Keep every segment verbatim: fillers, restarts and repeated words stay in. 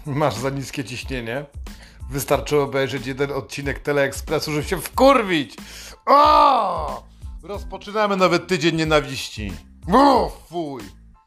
Masz za niskie ciśnienie? Wystarczy obejrzeć jeden odcinek Teleekspresu, żeby się wkurwić. O! Rozpoczynamy nowy tydzień nienawiści. O, fuj.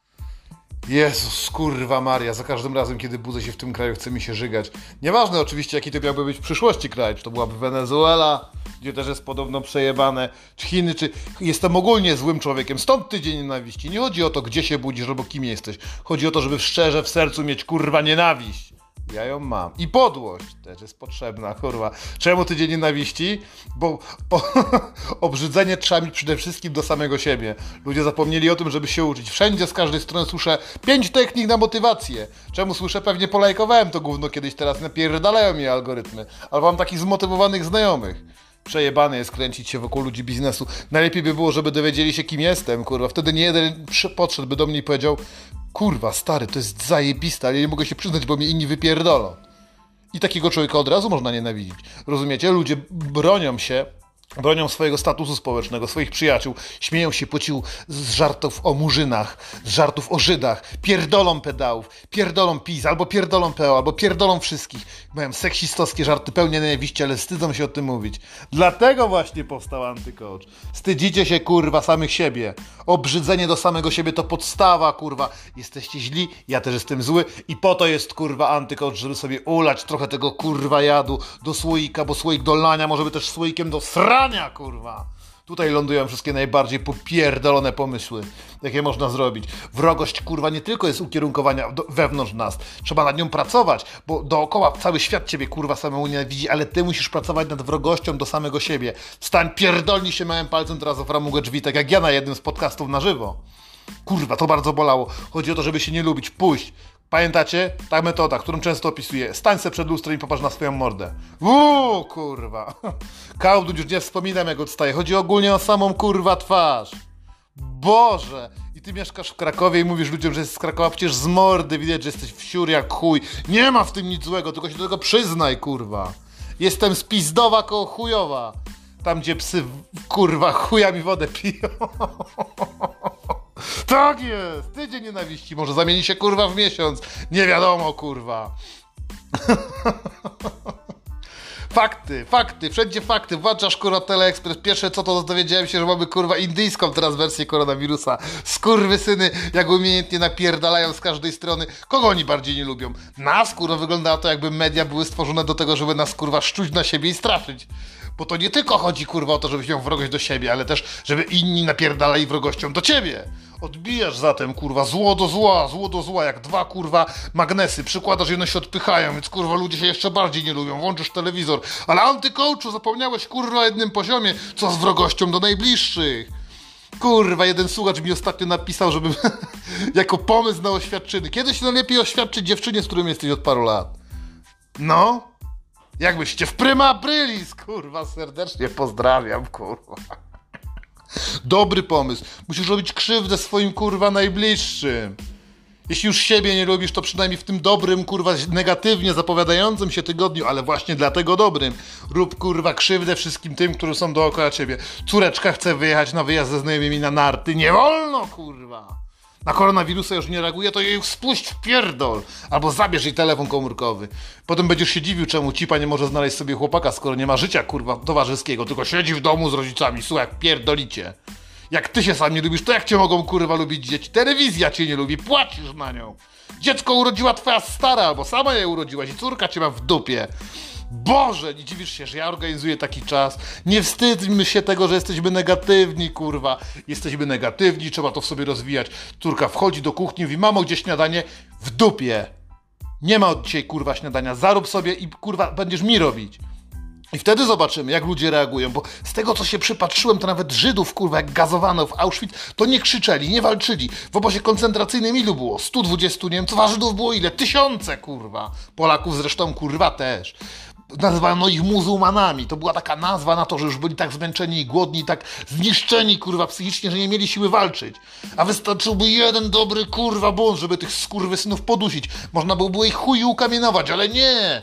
Jezus, kurwa Maria, za każdym razem, kiedy budzę się w tym kraju, chce mi się żygać. Nieważne oczywiście, jaki to miałby być w przyszłości kraj, czy to byłaby Wenezuela, gdzie też jest podobno przejebane, czy Chiny, czy... Jestem ogólnie złym człowiekiem, stąd tydzień nienawiści. Nie chodzi o to, gdzie się budzisz, albo kim jesteś. Chodzi o to, żeby szczerze w sercu mieć, kurwa, nienawiść. Ja ją mam. I podłość też jest potrzebna, kurwa. Czemu tydzień nienawiści? Bo o, obrzydzenie trzeba mieć przede wszystkim do samego siebie. Ludzie zapomnieli o tym, żeby się uczyć. Wszędzie z każdej strony słyszę pięć technik na motywację. Czemu słyszę? Pewnie polajkowałem to gówno kiedyś, teraz napierdalają mi algorytmy. Ale mam takich zmotywowanych znajomych. Przejebane jest kręcić się wokół ludzi biznesu. Najlepiej by było, żeby dowiedzieli się, kim jestem, kurwa. Wtedy nie jeden podszedłby do mnie i powiedział: kurwa, stary, to jest zajebiste, ale ja nie mogę się przyznać, bo mnie inni wypierdolą. I takiego człowieka od razu można nienawidzić. Rozumiecie? Ludzie bronią się, bronią swojego statusu społecznego, swoich przyjaciół, śmieją się po cichu z żartów o murzynach, z żartów o Żydach, pierdolą pedałów, pierdolą PiS, albo pierdolą P O, albo pierdolą wszystkich. Mają seksistowskie żarty pełne nienawiści, ale wstydzą się o tym mówić. Dlatego właśnie powstał antycoach. Wstydzicie się, kurwa, samych siebie. Obrzydzenie do samego siebie to podstawa, kurwa. Jesteście źli, ja też jestem zły i po to jest, kurwa, antycoach, żeby sobie ulać trochę tego, kurwa, jadu do słoika, bo słoik do lania może być też słoikiem do srania, kurwa. Tutaj lądują wszystkie najbardziej popierdolone pomysły, jakie można zrobić. Wrogość, kurwa, nie tylko jest ukierunkowania do, wewnątrz nas. Trzeba nad nią pracować, bo dookoła cały świat ciebie, kurwa, samemu nienawidzi, ale ty musisz pracować nad wrogością do samego siebie. Wstań, pierdolnij się małym palcem teraz o framugę drzwi, tak jak ja na jednym z podcastów na żywo. Kurwa, to bardzo bolało. Chodzi o to, żeby się nie lubić. Pójść. Pamiętacie? Ta metoda, którą często opisuję. Stań se przed lustrem i popatrz na swoją mordę. Uuu, kurwa. Kałduń, już nie wspominam, jak odstaje. Chodzi ogólnie o samą, kurwa, twarz. Boże. I ty mieszkasz w Krakowie i mówisz ludziom, że jesteś z Krakowa. Przecież z mordy widać, że jesteś wsiur jak chuj. Nie ma w tym nic złego, tylko się do tego przyznaj, kurwa. Jestem z Pizdowa koło Chujowa. Tam, gdzie psy, kurwa, chujami wodę piją. Tak jest! Tydzień nienawiści może zamieni się, kurwa, w miesiąc. Nie wiadomo, kurwa. Fakty, fakty, wszędzie fakty. Włączasz, kurwa, Teleekspres. Pierwsze co, to dowiedziałem się, że mamy, kurwa, indyjską teraz wersję koronawirusa. Skurwysyny, jak umiejętnie napierdalają z każdej strony. Kogo oni bardziej nie lubią? Nas, kurwa, wygląda na to, jakby media były stworzone do tego, żeby nas, kurwa, szczuć na siebie i straszyć. Bo to nie tylko chodzi, kurwa, o to, żebyś miał wrogość do siebie, ale też, żeby inni napierdalali wrogością do ciebie. Odbijasz zatem, kurwa, zło do zła, zło do zła, jak dwa, kurwa, magnesy. Przykładasz, jedno się odpychają, więc, kurwa, ludzie się jeszcze bardziej nie lubią. Włączysz telewizor. Ale antycoachu zapomniałeś, kurwa, o jednym poziomie, co z wrogością do najbliższych. Kurwa, jeden słuchacz mi ostatnio napisał, żebym jako pomysł na oświadczyny. Kiedy się najlepiej oświadczyć dziewczynie, z którym jesteś od paru lat? No? Jak myślicie? W prima aprilis, kurwa, serdecznie pozdrawiam, kurwa. Dobry pomysł. Musisz robić krzywdę swoim, kurwa, najbliższym. Jeśli już siebie nie lubisz, to przynajmniej w tym dobrym, kurwa, negatywnie zapowiadającym się tygodniu, ale właśnie dlatego dobrym. Rób, kurwa, krzywdę wszystkim tym, którzy są dookoła ciebie. Córeczka chce wyjechać na wyjazd ze znajomymi na narty. Nie wolno, kurwa. Na koronawirusa już nie reaguje, to jej spuść w pierdol. Albo zabierz jej telefon komórkowy. Potem będziesz się dziwił, czemu cipa nie może znaleźć sobie chłopaka, skoro nie ma życia, kurwa, towarzyskiego, tylko siedzi w domu z rodzicami. Słuchaj, jak pierdolicie. Jak ty się sam nie lubisz, to jak cię mogą, kurwa, lubić dzieci? Telewizja cię nie lubi, płacisz na nią. Dziecko urodziła twoja stara, albo sama je urodziłaś i córka cię ma w dupie. Boże, nie dziwisz się, że ja organizuję taki czas? Nie wstydźmy się tego, że jesteśmy negatywni, kurwa. Jesteśmy negatywni, trzeba to w sobie rozwijać. Córka wchodzi do kuchni, mówi: mamo, gdzie śniadanie? W dupie. Nie ma od dzisiaj, kurwa, śniadania. Zarób sobie i, kurwa, będziesz mi robić. I wtedy zobaczymy, jak ludzie reagują, bo z tego, co się przypatrzyłem, to nawet Żydów, kurwa, jak gazowano w Auschwitz, to nie krzyczeli, nie walczyli. W obozie koncentracyjnym ilu było? stu dwudziestu Niemców, a Żydów było ile? Tysiące, kurwa. Polaków zresztą, kurwa, też. Nazwano ich muzułmanami. To była taka nazwa na to, że już byli tak zmęczeni i głodni, tak zniszczeni, kurwa, psychicznie, że nie mieli siły walczyć. A wystarczyłby jeden dobry, kurwa, błąd, żeby tych skurwysynów podusić. Można byłoby ich chuj ukamienować, ale nie!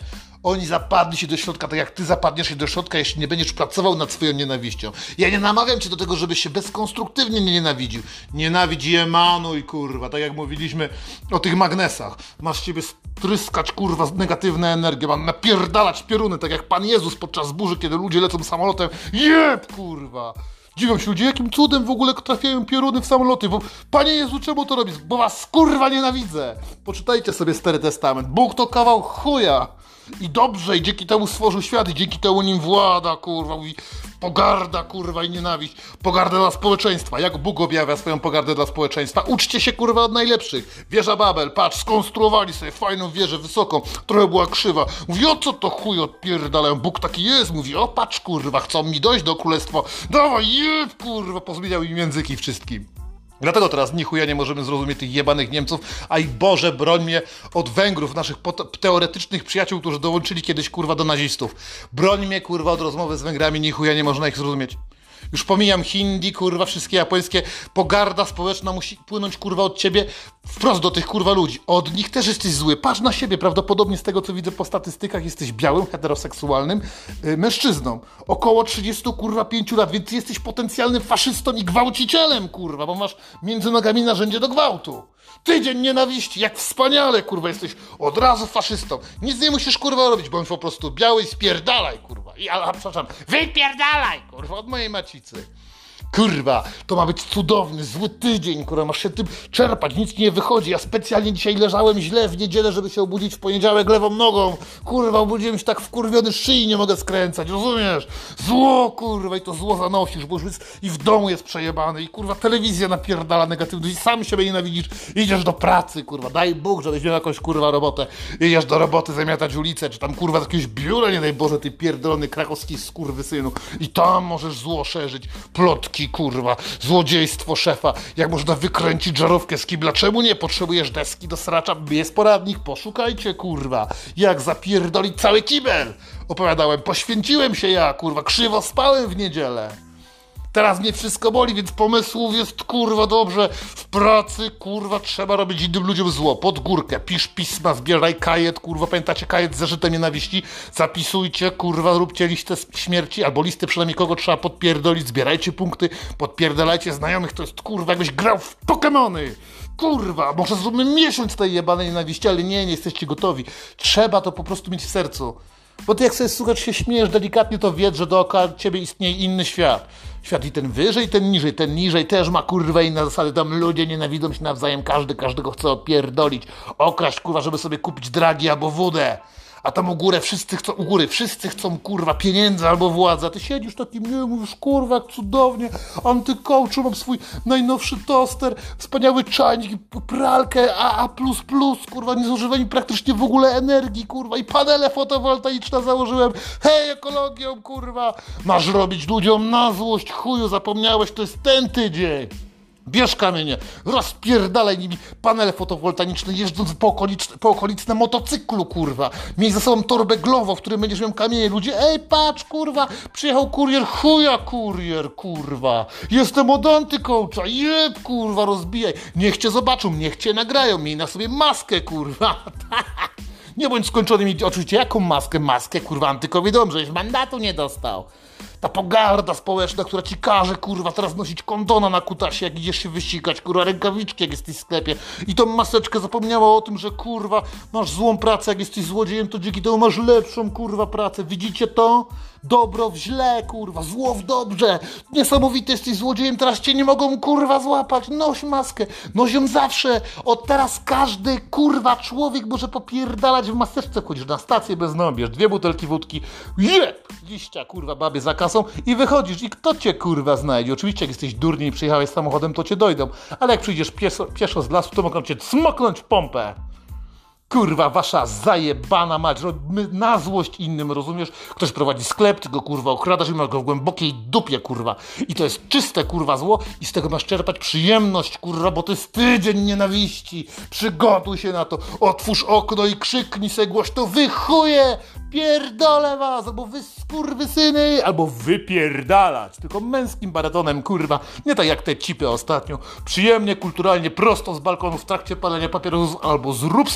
Oni zapadli się do środka, tak jak ty zapadniesz się do środka, jeśli nie będziesz pracował nad swoją nienawiścią. Ja nie namawiam cię do tego, żebyś się bezkonstruktywnie nie nienawidził. Nienawidź i emanuj, kurwa, tak jak mówiliśmy o tych magnesach. Masz ciebie stryskać, kurwa, negatywne energie, mam napierdalać pioruny, tak jak Pan Jezus podczas burzy, kiedy ludzie lecą samolotem. Jeb, kurwa! Dziwią się ludzie, jakim cudem w ogóle trafiają pioruny w samoloty. Bo, Panie Jezu, czemu to robisz? Bo was, kurwa, nienawidzę. Poczytajcie sobie Stary Testament. Bóg to kawał chuja. I dobrze, i dzięki temu stworzył świat, i dzięki temu nim włada, kurwa, i pogarda, kurwa, i nienawiść. Pogarda dla społeczeństwa. Jak Bóg objawia swoją pogardę dla społeczeństwa? Uczcie się, kurwa, od najlepszych. Wieża Babel, patrz, skonstruowali sobie fajną wieżę, wysoką, trochę była krzywa. Mówi, o co to chuj odpierdalają? Bóg taki jest. Mówi, o patrz, kurwa, chcą mi dojść do królestwa. Dawaj, jeb, kurwa, pozmieniał im języki wszystkim. Dlatego teraz ni chuja nie możemy zrozumieć tych jebanych Niemców, a i Boże, broń mnie od Węgrów, naszych teoretycznych przyjaciół, którzy dołączyli kiedyś, kurwa, do nazistów. Broń mnie, kurwa, od rozmowy z Węgrami, ni chuja nie można ich zrozumieć. Już pomijam hindi, kurwa, wszystkie japońskie. Pogarda społeczna musi płynąć, kurwa, od ciebie wprost do tych, kurwa, ludzi. Od nich też jesteś zły. Patrz na siebie, prawdopodobnie z tego, co widzę po statystykach, jesteś białym, heteroseksualnym yy, mężczyzną. Około trzydzieści, kurwa, pięciu lat, więc jesteś potencjalnym faszystą i gwałcicielem, kurwa, bo masz między nogami narzędzie do gwałtu. Tydzień nienawiści, jak wspaniale, kurwa, jesteś od razu faszystą. Nic nie musisz, kurwa, robić, bo on po prostu biały i spierdalaj, kurwa. I, a, przepraszam, wypierdalaj, kurwa, od mojej macicy. Kurwa, to ma być cudowny, zły tydzień, kurwa, masz się tym czerpać, nic nie wychodzi. Ja specjalnie dzisiaj leżałem źle w niedzielę, żeby się obudzić w poniedziałek lewą nogą. Kurwa, obudziłem się tak wkurwiony, szyi nie mogę skręcać, rozumiesz? Zło, kurwa, i to zło zanosisz, bo już jest, i w domu jest przejebany, i kurwa, telewizja napierdala negatywność, i sam siebie nienawidzisz, idziesz do pracy, kurwa, daj Bóg, żebyś miał jakąś, kurwa, robotę. Idziesz do roboty zamiatać ulicę, czy tam, kurwa, z jakiegoś biura, nie daj Boże, ty pierdolony krakowski skurwysynu. I tam możesz zło szerzyć, plotki, kurwa, złodziejstwo szefa, jak można wykręcić żarówkę z kibla, czemu nie potrzebujesz deski do sracza, jest poradnik, poszukajcie, kurwa, jak zapierdolić cały kibel, opowiadałem, poświęciłem się ja, kurwa, krzywo spałem w niedzielę. Teraz mnie wszystko boli, więc pomysłów jest, kurwa, dobrze. W pracy, kurwa, trzeba robić innym ludziom zło. Pod górkę. Pisz pisma, zbieraj kajet, kurwa. Pamiętacie kajet z zeszytem nienawiści? Zapisujcie, kurwa, róbcie listę śmierci, albo listę przynajmniej kogo trzeba podpierdolić. Zbierajcie punkty, podpierdalajcie znajomych. To jest, kurwa, jakbyś grał w Pokemony. Kurwa, może zróbmy miesiąc tej jebanej nienawiści, ale nie, nie jesteście gotowi. Trzeba to po prostu mieć w sercu. Bo ty jak sobie, słuchacz, się śmiejesz delikatnie, to wiedz, że dookoła ciebie istnieje inny świat. Świat i ten wyżej, ten niżej, ten niżej też ma, kurwa, inne zasady. Tam ludzie nienawidzą się nawzajem, każdy każdego chce opierdolić, okraść, kurwa, żeby sobie kupić dragi albo wódę. A tam u góry wszyscy chcą, u góry wszyscy chcą, kurwa, pieniędzy albo władzy. A ty siedzisz takim, nie, mówisz, kurwa, jak cudownie, antykołczu, mam swój najnowszy toster, wspaniały czajnik, pralkę A A plus plus, kurwa, nie zużywam praktycznie w ogóle energii, kurwa, i panele fotowoltaiczne założyłem. Hej, ekologią, kurwa, masz robić ludziom na złość, chuju, zapomniałeś, to jest ten tydzień. Bierz kamienie, rozpierdalaj nimi panele fotowoltaiczne, jeżdżąc po, okoliczne, po okoliczne motocyklu, kurwa. Miej ze sobą torbę glowo, w którym będziesz miał kamienie. Ludzie, ej, patrz, kurwa, przyjechał kurier, chuja kurier, kurwa. Jestem od antykołcza, jeb, kurwa, rozbijaj. Niech cię zobaczą, niech cię nagrają, miej na sobie maskę, kurwa. Nie bądź skończony mi, oczywiście, jaką maskę? Maskę, kurwa, antykowidową, żeś mandatu nie dostał. Ta pogarda społeczna, która ci każe, kurwa, teraz nosić kondona na kutasie, jak idziesz się wysikać, kurwa, rękawiczki, jak jesteś w sklepie. I tą maseczkę zapomniała o tym, że, kurwa, masz złą pracę, jak jesteś złodziejem, to dzięki temu masz lepszą, kurwa, pracę. Widzicie to? Dobro w źle, kurwa, zło w dobrze. Niesamowity jesteś złodziejem, teraz cię nie mogą, kurwa, złapać. Noś maskę, noś ją zawsze. Od teraz każdy, kurwa, człowiek może popierdalać w maseczce. Chodzisz na stację bez nogi, bierz dwie butelki wódki, jeb, liścia, kurwa, babie za kasą i wychodzisz. I kto cię, kurwa, znajdzie? Oczywiście, jak jesteś durny i przyjechałeś samochodem, to cię dojdą. Ale jak przyjdziesz pieszo, pieszo z lasu, to mogą cię cmoknąć w pompę. Kurwa, wasza zajebana mać, my na złość innym, rozumiesz? Ktoś prowadzi sklep, ty go, kurwa, okradasz i masz go w głębokiej dupie, kurwa. I to jest czyste, kurwa, zło i z tego masz czerpać przyjemność, kurwa, bo to jest tydzień nienawiści. Przygotuj się na to, otwórz okno i krzyknij se głośno, wy chuje, pierdolę was, albo wy skurwysyny, albo wypierdalać, tylko męskim baratonem, kurwa. Nie tak jak te cipy ostatnio. Przyjemnie, kulturalnie, prosto z balkonu w trakcie palenia papierosów, albo zrób sobie grilla.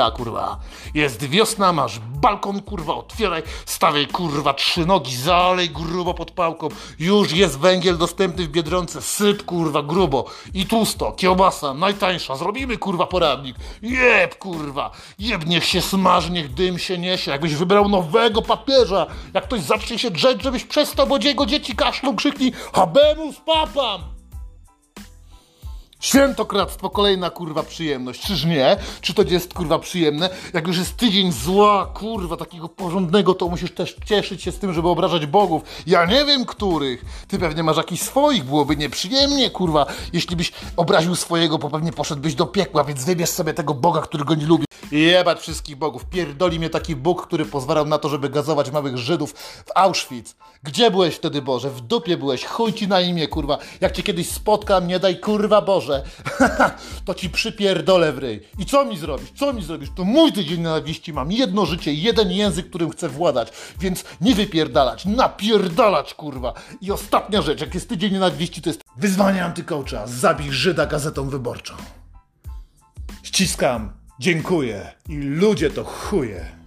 Wiosna, kurwa. Jest wiosna, masz balkon, kurwa, otwieraj, stawiaj, kurwa, trzy nogi, zalej grubo pod pałką. Już jest węgiel dostępny w Biedronce, syp, kurwa, grubo. I tłusto, kiełbasa, najtańsza, zrobimy, kurwa, poradnik. Jeb, kurwa, jeb, niech się smaży, niech dym się niesie. Jakbyś wybrał nowego papieża, jak ktoś zacznie się drzeć, żebyś przestał, bo jego dzieci kaszlą, krzyknij habemus papam! Świętokradztwo, kolejna kurwa przyjemność, czyż nie? Czy to jest kurwa przyjemne? Jak już jest tydzień zła, kurwa, takiego porządnego, to musisz też cieszyć się z tym, żeby obrażać bogów. Ja nie wiem których. Ty pewnie masz jakichś swoich, byłoby nieprzyjemnie, kurwa. Jeśli byś obraził swojego, bo pewnie poszedłbyś do piekła, więc wybierz sobie tego Boga, którego nie lubi. Jebać wszystkich bogów. Pierdoli mnie taki Bóg, który pozwalał na to, żeby gazować małych Żydów w Auschwitz. Gdzie byłeś wtedy, Boże? W dupie byłeś. Chuj ci na imię, kurwa. Jak cię kiedyś spotkam, nie daj, kurwa, Boże. To ci przypierdolę w ryj. I co mi zrobisz? Co mi zrobisz? To mój tydzień nienawiści. Mam jedno życie, jeden język, którym chcę władać. Więc nie wypierdalać, napierdalać, kurwa. I ostatnia rzecz, jak jest tydzień nienawiści, to jest wyzwanie antycoacha. Zabij Żyda Gazetą Wyborczą. Ściskam. Dziękuję. I ludzie to chuje.